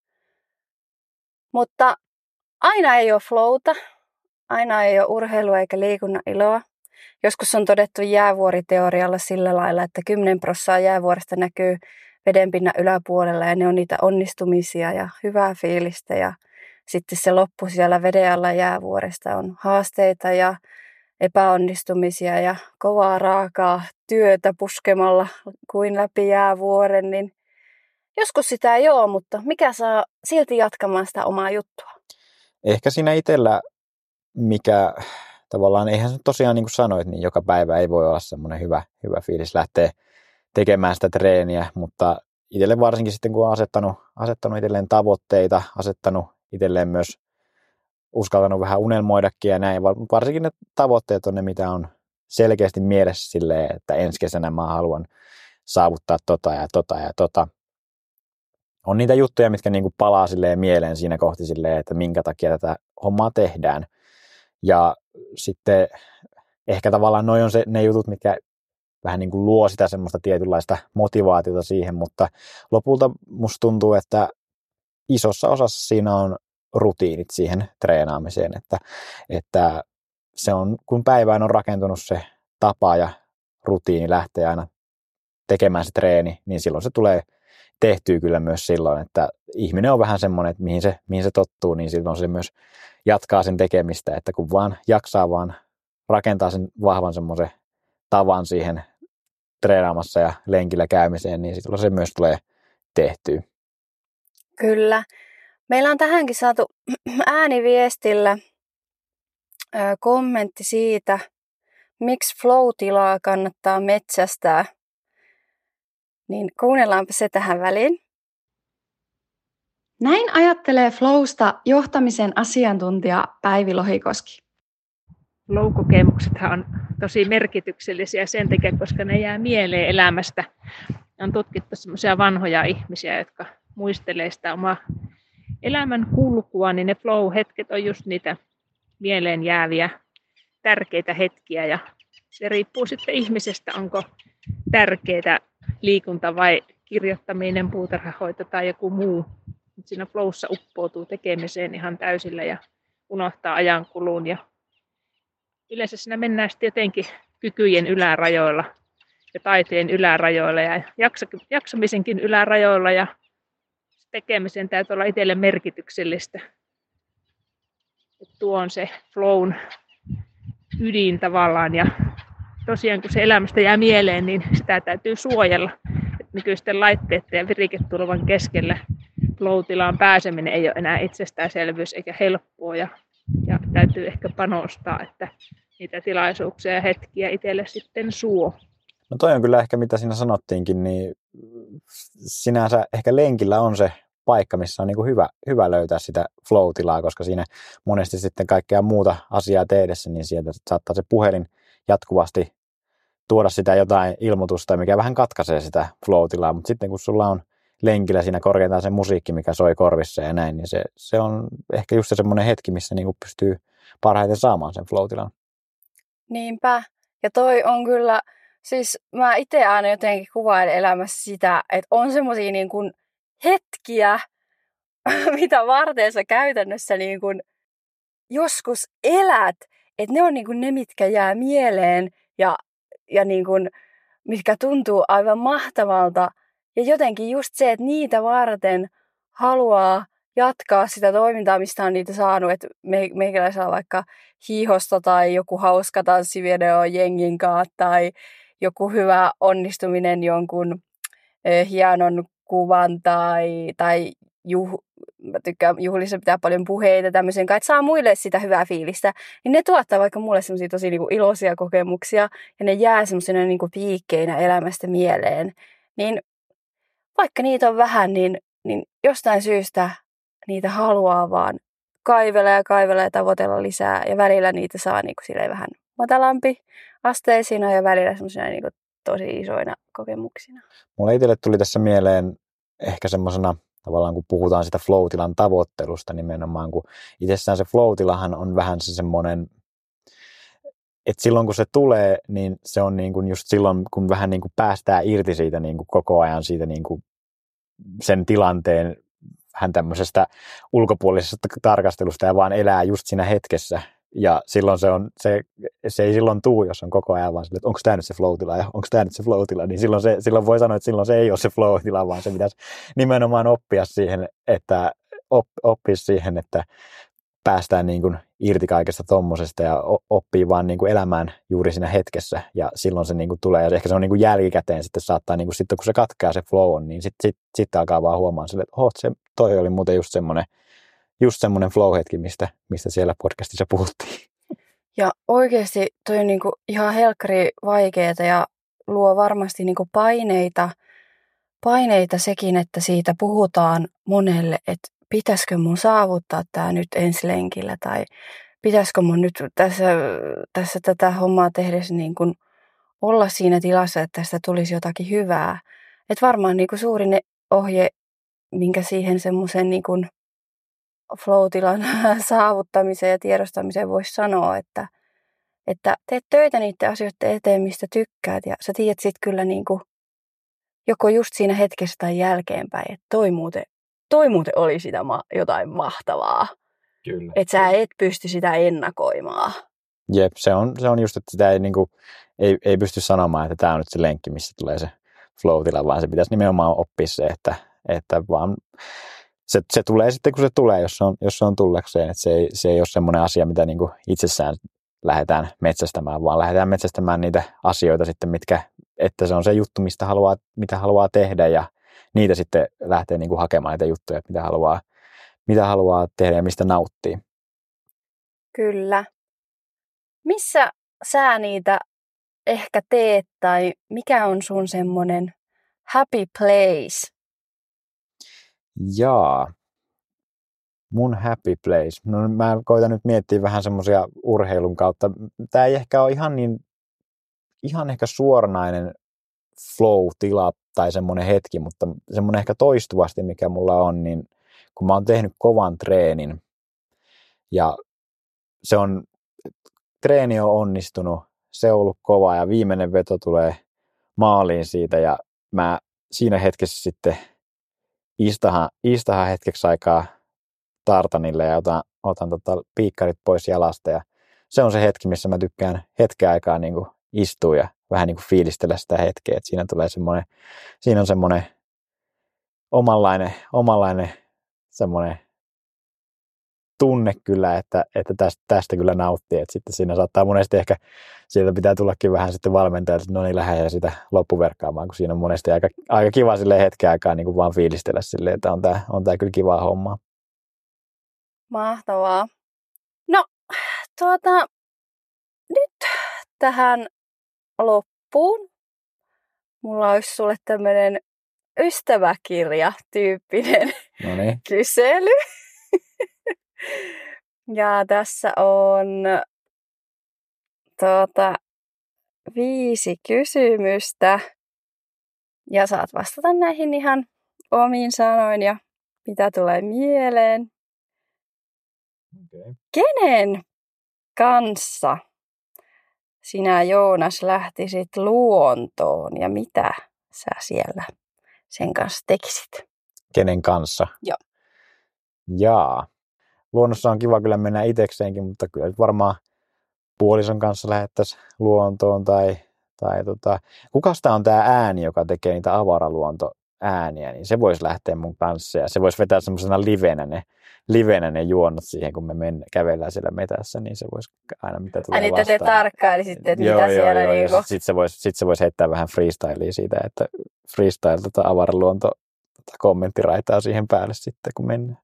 Mutta aina ei ole flowta, aina ei ole urheilua eikä liikunnan iloa. Joskus on todettu jäävuoriteorialla sillä lailla, että kymmenen prosenttia jäävuoresta näkyy vedenpinnan yläpuolella ja ne on niitä onnistumisia ja hyvää fiilistä. Ja sitten se loppu siellä veden alla jäävuoresta on haasteita ja epäonnistumisia ja kovaa raakaa työtä puskemalla kuin läpi jäävuoren. Niin joskus sitä ei ole, mutta mikä saa silti jatkamaan sitä omaa juttua? Ehkä siinä itsellä, mikä tavallaan, eihän se tosiaan niin kuin sanoit, niin joka päivä ei voi olla semmoinen hyvä, hyvä fiilis lähteä tekemään sitä treeniä, mutta itselle varsinkin sitten, kun on asettanut, asettanut itselleen tavoitteita, asettanut itselleen myös uskaltanut vähän unelmoidakin ja näin, varsinkin ne tavoitteet on ne, mitä on selkeästi mielessä silleen, että ensi kesänä mä haluan saavuttaa tota ja tota ja tota. On niitä juttuja, mitkä niinku palaa silleen mieleen siinä kohti silleen, että minkä takia tätä hommaa tehdään. Ja sitten ehkä tavallaan noi on se, ne jutut, mitkä vähän niin kuin luo sitä semmoista tietynlaista motivaatiota siihen, mutta lopulta musta tuntuu, että isossa osassa siinä on rutiinit siihen treenaamiseen, että, että se on, kun päivään on rakentunut se tapa ja rutiini lähtee aina tekemään se treeni, niin silloin se tulee tehtyä kyllä myös silloin, että ihminen on vähän semmoinen, että mihin se, mihin se tottuu, niin silloin se myös jatkaa sen tekemistä, että kun vaan jaksaa vaan rakentaa sen vahvan semmoisen tavan siihen treenaamassa ja lenkillä käymiseen, niin silloin se myös tulee tehtyä. Kyllä. Meillä on tähänkin saatu ääniviestillä ö, kommentti siitä, miksi flow-tilaa kannattaa metsästää. Niin kuunnellaanpa se tähän väliin. Näin ajattelee Flowsta johtamisen asiantuntija Päivi Lohikoski. Flow-kokemuksethan on tosi merkityksellisiä sen takia, koska ne jää mieleen elämästä. On tutkittu sellaisia vanhoja ihmisiä, jotka muistelee sitä omaa elämän kulkua, niin ne flow-hetket on just niitä mieleen jääviä tärkeitä hetkiä. Ja se riippuu sitten ihmisestä, onko tärkeää liikunta vai kirjoittaminen, puutarhahoito tai joku muu. Siinä flowssa uppoutuu tekemiseen ihan täysillä ja unohtaa ajankulun. Ja yleensä siinä mennään sitten jotenkin kykyjen ylärajoilla ja taiteen ylärajoilla ja jaksamisenkin ylärajoilla. Ja tekemisen täytyy olla itselle merkityksellistä. Et tuo on se flown ydin tavallaan. Ja tosiaan kun se elämästä jää mieleen, niin sitä täytyy suojella. Et nykyisten laitteiden ja viriketulvan keskellä flow-tilaan pääseminen ei ole enää itsestäänselvyys eikä helppoa. Ja, ja täytyy ehkä panostaa, että niitä tilaisuuksia ja hetkiä itselle sitten suo. No toi on kyllä ehkä mitä siinä sanottiinkin, niin sinänsä ehkä lenkillä on se paikka, missä on niin kuin hyvä, hyvä löytää sitä flow-tilaa, koska siinä monesti sitten kaikkea muuta asiaa tehdessä, niin sieltä saattaa se puhelin jatkuvasti tuoda sitä jotain ilmoitusta, mikä vähän katkaisee sitä flow-tilaa, mutta sitten kun sulla on lenkillä siinä korkeintaan se musiikki, mikä soi korvissa ja näin, niin se, se on ehkä just se semmoinen hetki, missä niin kuin pystyy parhaiten saamaan sen flow-tilan. Niinpä. Ja toi on kyllä, siis mä itse aina jotenkin kuvailen elämässä sitä, että on semmosia niin kuin hetkiä, mitä varten sä käytännössä niin kuin joskus elät, että ne on niin kuin ne, mitkä jää mieleen ja, ja niin kuin, mitkä tuntuu aivan mahtavalta. Ja jotenkin just se, että niitä varten haluaa jatkaa sitä toimintaa, mistä on niitä saanut, että me, meikäläisellä on vaikka hiihosta tai joku hauska tanssivideo jengin kanssa tai joku hyvä onnistuminen jonkun eh, hienon kuvan tai, tai juh, mä tykkään juhlissa pitää paljon puheita tämmöisen kanssa, että saa muille sitä hyvää fiilistä, niin ne tuottaa vaikka mulle semmoisia tosi niinku iloisia kokemuksia ja ne jää semmoisena niinku piikkeinä elämästä mieleen. Niin vaikka niitä on vähän, niin, niin jostain syystä niitä haluaa vaan kaivella ja kaivella ja tavoitella lisää ja välillä niitä saa niinku silleen vähän matalampi asteisina ja välillä semmoisina niinku tosi isoina kokemuksina. Mulle itselle tuli tässä mieleen ehkä semmoisena, tavallaan kun puhutaan sitä flow-tilan tavoittelusta nimenomaan, kun itsessään se flow-tilahan on vähän se semmoinen, että silloin kun se tulee, niin se on niin kuin just silloin, kun vähän niin kuin päästään irti siitä niin kuin koko ajan siitä niin kuin sen tilanteen vähän tämmöisestä ulkopuolisesta tarkastelusta ja vaan elää just siinä hetkessä. Ja silloin se, on, se, se ei silloin tuu, jos on koko ajan vaan sille, että onko tämä nyt se flow-tila ja onko tämä nyt se flow-tila, niin silloin, se, silloin voi sanoa, että silloin se ei ole se flow-tila, vaan se pitäisi nimenomaan oppia siihen, että op, oppisi siihen, että päästään niin kuin irti kaikesta tommosesta ja oppii vaan niin kuin elämään juuri siinä hetkessä ja silloin se niin kuin tulee ja ehkä se on niin kuin jälkikäteen sitten saattaa, niin kuin sitten kun se katkaa se flow on, niin sitten sit, sit alkaa vaan huomaan sille, että oh, se, toi oli muuten just semmoinen just semmoinen flow-hetki, mistä, mistä siellä podcastissa puhuttiin. Ja oikeasti toi on niinku ihan helkkari vaikeeta ja luo varmasti niinku paineita, paineita sekin, että siitä puhutaan monelle, että pitäisikö mun saavuttaa tämä nyt ensi lenkillä tai pitäisikö mun nyt tässä, tässä tätä hommaa tehdessä niin kuin olla siinä tilassa, että tästä tulisi jotakin hyvää. Että varmaan niin kuin suurin ohje, minkä siihen semmoisen niin kuin flow-tilan saavuttamiseen ja tiedostamiseen voisi sanoa, että, että teet töitä niiden asioiden eteen, mistä tykkäät. Ja sä tiedät sit kyllä niin kuin, joko just siinä hetkessä tai jälkeenpäin, että toi muuten, toi muuten oli sitä ma- jotain mahtavaa. Kyllä. Että sä et pysty sitä ennakoimaan. Jep, se on, se on just, että sitä ei, niin kuin, ei, ei pysty sanomaan, että tämä on nyt se lenkki, missä tulee se flow-tila, vaan se pitäisi nimenomaan oppia se, että, että vaan se, se tulee sitten, kun se tulee, jos se on, jos se on tullekseen. Että se, ei, se ei ole semmoinen asia, mitä niin kuin itsessään lähdetään metsästämään, vaan lähdetään metsästämään niitä asioita sitten, mitkä, että se on se juttu, mistä haluaa, mitä haluaa tehdä ja niitä sitten lähtee niin kuin hakemaan niitä juttuja, mitä haluaa, mitä haluaa tehdä ja mistä nauttii. Kyllä. Missä sä niitä ehkä teet tai mikä on sun semmoinen happy place? Jaa, mun happy place. No mä koitan nyt miettiä vähän semmoisia urheilun kautta. Tää ei ehkä ole ihan niin, ihan ehkä suoranainen flow-tila tai semmoinen hetki, mutta semmoinen ehkä toistuvasti, mikä mulla on, niin kun mä oon tehnyt kovan treenin ja se on, treeni on onnistunut, se on ollut kova ja viimeinen veto tulee maaliin siitä ja mä siinä hetkessä sitten istahan, istahan hetkeksi aikaa tartanille ja otan, otan tota piikkarit pois jalasta ja se on se hetki, missä mä tykkään hetken aikaa niin kuin istua ja vähän niin kuin fiilistellä sitä hetkeä, että siinä tulee semmoinen, siinä on semmoinen omanlainen, omanlainen semmoinen tunne kyllä, että, että tästä, tästä kyllä nauttii, että sitten siinä saattaa monesti ehkä, siitä pitää tullakin vähän sitten valmentajalta, että no niin, lähde ja sitä loppuverkkaamaan, kun siinä on monesti aika, aika kiva silleen hetken aikaa niin kuin vaan fiilistellä silleen, että on tämä, on tämä kyllä kivaa hommaa. Mahtavaa. No, tuota, nyt tähän loppuun mulla olisi sulle tämmöinen ystäväkirja-tyyppinen Noniin. kysely. Ja tässä on tuota, viisi kysymystä. Ja saat vastata näihin ihan omiin sanoin ja mitä tulee mieleen. Okay. Kenen kanssa sinä, Joonas, lähtisit luontoon ja mitä sä siellä sen kanssa tekisit? Kenen kanssa? Joo. Jaa. Luonnossa on kiva kyllä mennä itsekseenkin, mutta kyllä varmaan puolison kanssa lähettäisiin luontoon tai, tai tota, kukasta on tämä ääni, joka tekee niitä avaraluontoääniä, niin se voisi lähteä mun kanssa ja se voisi vetää semmoisena livenä ne, livenä ne juonnot siihen, kun me men, kävellään siellä metässä, niin se voisi aina mitä tulee Ai, vastaan. Te tarkkailisitte, että joo, mitä joo, siellä joo, niinku... Sitten se voisi sit se vois heittää vähän freestylia siitä, että freestyle tota avaraluonto tota kommenttiraitaa siihen päälle sitten, kun mennään.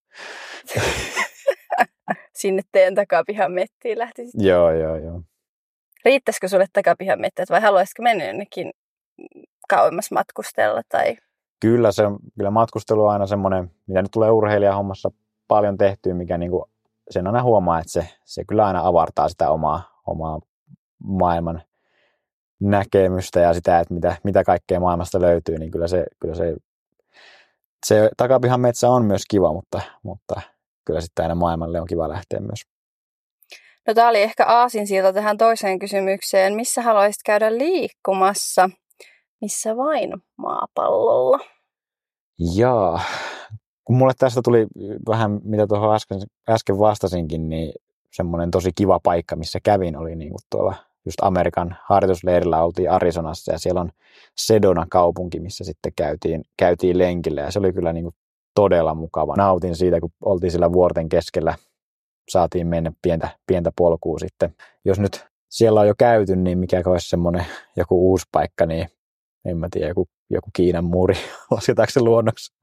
Sinne teidän takapihan mettiin lähtisit. Joo, joo, joo. Riittäisikö sulle takapihan mettät vai haluaisitko mennä jonnekin kauemmas matkustella? Tai... Kyllä, se on, kyllä matkustelu on aina semmoinen, mitä nyt tulee urheilijahommassa paljon tehtyä, mikä niinku, sen aina huomaa, että se, se kyllä aina avartaa sitä omaa, omaa maailman näkemystä ja sitä, että mitä, mitä kaikkea maailmasta löytyy, niin kyllä se, kyllä se, se takapihan metsä on myös kiva, mutta, mutta kyllä sitten aina maailmalle on kiva lähteä myös. No tämä oli ehkä aasinsilta tähän toiseen kysymykseen. Missä haluaisit käydä liikkumassa? Missä vain maapallolla? Jaa, kun mulle tästä tuli vähän, mitä tuohon äsken, äsken vastasinkin, niin semmoinen tosi kiva paikka, missä kävin, oli niin kuin tuolla just Amerikan harjoitusleirillä oltiin Arizonassa ja siellä on Sedona kaupunki, missä sitten käytiin, käytiin lenkillä ja se oli kyllä niin kuin todella mukava. Nautin siitä, kun oltiin sillä vuorten keskellä, saatiin mennä pientä, pientä polkua sitten. Jos nyt siellä on jo käyty, niin mikä olisi semmoinen joku uusi paikka, niin en mä tiedä, joku, joku Kiinan muuri, lasketaanko se luonnoksi?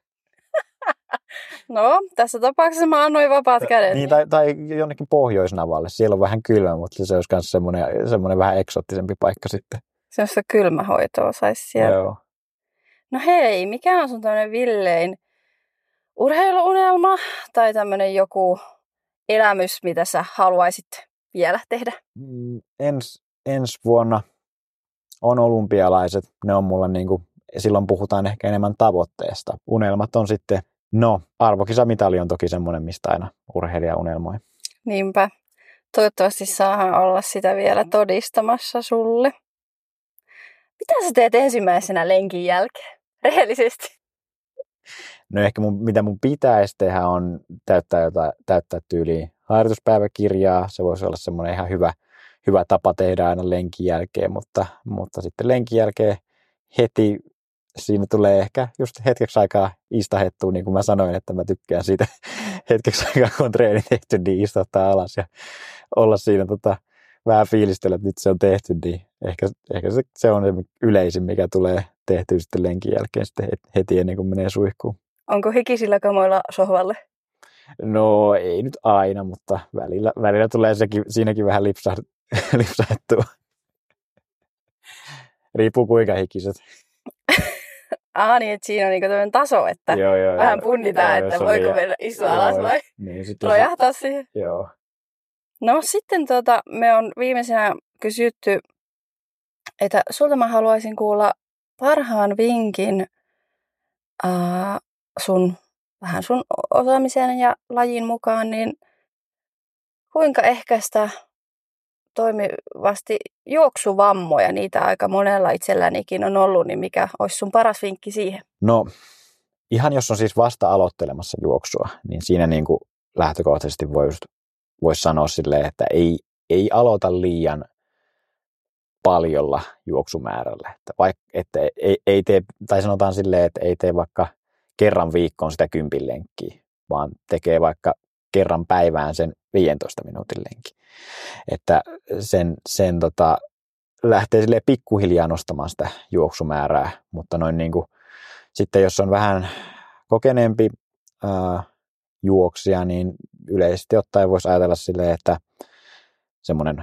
No, tässä tapauksessa mä annoin vapaat kädet. Niin, tai, tai jonnekin Pohjoisnavalle. Siellä on vähän kylmä, mutta se olisi myös semmoinen, semmoinen vähän eksoottisempi paikka sitten. Semmoista kylmähoitoa saisi siellä. Joo. No hei, mikä on sun tämmöinen villein urheiluunelma tai tämmöinen joku elämys, mitä sä haluaisit vielä tehdä? Mm, ens, ensi vuonna on olympialaiset. Ne on mulla niin kuin, silloin puhutaan ehkä enemmän tavoitteesta. Unelmat on sitten, no arvokisamitali on toki semmoinen, mistä aina urheilija unelmoi. Niinpä. Toivottavasti saadaan olla sitä vielä todistamassa sulle. Mitä sä teet ensimmäisenä lenkin jälkeen? Rehellisesti. No ehkä mun, mitä mun pitäisi tehdä on täyttää, jotain, täyttää tyyliin harjoituspäiväkirjaa. Se voisi olla semmoinen ihan hyvä, hyvä tapa tehdä aina lenkin jälkeen, mutta, mutta sitten lenkin jälkeen heti siinä tulee ehkä just hetkeksi aikaa istahettua, niin kuin mä sanoin, että mä tykkään siitä hetkeksi aikaa, kun on treeni tehty, niin istahtaa alas ja olla siinä tota, vähän fiilistellä, että nyt se on tehty, niin ehkä, ehkä se, se on se yleisin, mikä tulee tehtyä sitten lenkin jälkeen sitten heti ennen kuin menee suihkuun. Onko hikisillä kamoilla sohvalle? No ei nyt aina, mutta välillä, välillä tulee sekin, siinäkin vähän lipsa, lipsahettua. Riippuu kuinka hikiset. Ah niin, että siinä on niinku tämmöinen taso, että joo, joo, vähän joo, punnitaan, joo, että on voiko liian- mennä istua joo, alas joo. vai Niin, sit jos- rojahtaa siihen. Joo. No sitten tota, me on viimeisenä kysytty, että sulta mä haluaisin kuulla parhaan vinkin ää, sun, vähän sun osaamisen ja lajin mukaan, niin kuinka ehkäistä toimivasti juoksuvammoja, niitä aika monella itsellänikin on ollut, niin mikä olisi sun paras vinkki siihen? No ihan jos on siis vasta aloittelemassa juoksua, niin siinä niin kuin lähtökohtaisesti voisi vois sanoa silleen, että ei, ei aloita liian paljolla juoksumäärällä. Että vaikka, että ei, ei tee, tai sanotaan silleen, että ei tee vaikka kerran viikkoon sitä kympin lenkkiä, vaan tekee vaikka kerran päivään sen viidentoista minuutin lenkin. Että sen, sen tota, lähtee silleen pikkuhiljaa nostamaan sitä juoksumäärää, mutta noin niin kuin, sitten jos on vähän kokeneempi ää, juoksija, niin yleisesti ottaen voisi ajatella silleen, että semmoinen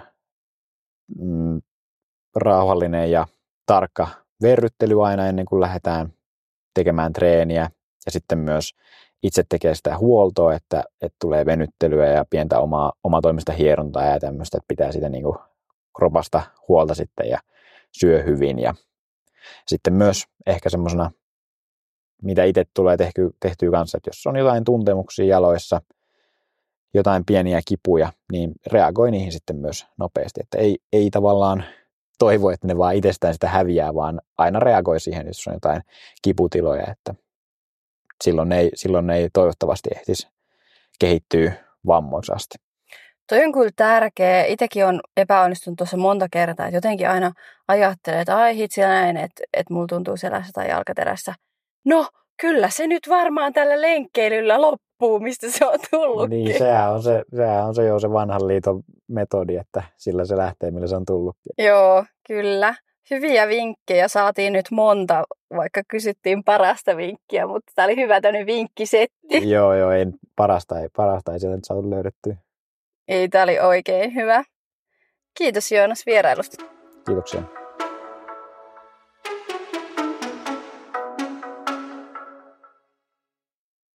mm, rauhallinen ja tarkka verryttely aina ennen kuin lähdetään tekemään treeniä ja sitten myös itse tekee sitä huoltoa, että, että tulee venyttelyä ja pientä omaa, omaa toimista hierontaa ja tämmöistä, että pitää sitä niin kuin kropasta huolta sitten ja syö hyvin ja sitten myös ehkä semmoisena, mitä itse tulee tehtyä, tehtyä kanssa, että jos on jotain tuntemuksia jaloissa, jotain pieniä kipuja, niin reagoi niihin sitten myös nopeasti, että ei, ei tavallaan toivo, että ne vaan itsestään sitä häviää, vaan aina reagoi siihen, jos on jotain kiputiloja, että silloin ei, silloin ei toivottavasti ehtisi kehittyä vammoiksi asti. Toi on kyllä tärkeä. Itsekin on epäonnistunut tuossa monta kertaa, että jotenkin aina ajattelee, että ai hitsi näin, että, että mulla tuntuu selässä tai jalkaterässä. No, kyllä se nyt varmaan tällä lenkkeilyllä loppuu, mistä se on tullutkin. Niin, sehän on se, sehän on se jo se vanhan liiton metodi, että sillä se lähtee, millä se on tullutkin. Joo, kyllä. Hyviä vinkkejä saatiin nyt monta, vaikka kysyttiin parasta vinkkiä, mutta tämä oli hyvä tämmöinen vinkkisetti. Joo, joo, ei, parasta, ei, parasta ei sieltä nyt saatu löydettyä. Ei, tämä oli oikein hyvä. Kiitos Joonas vierailusta. Kiitoksia.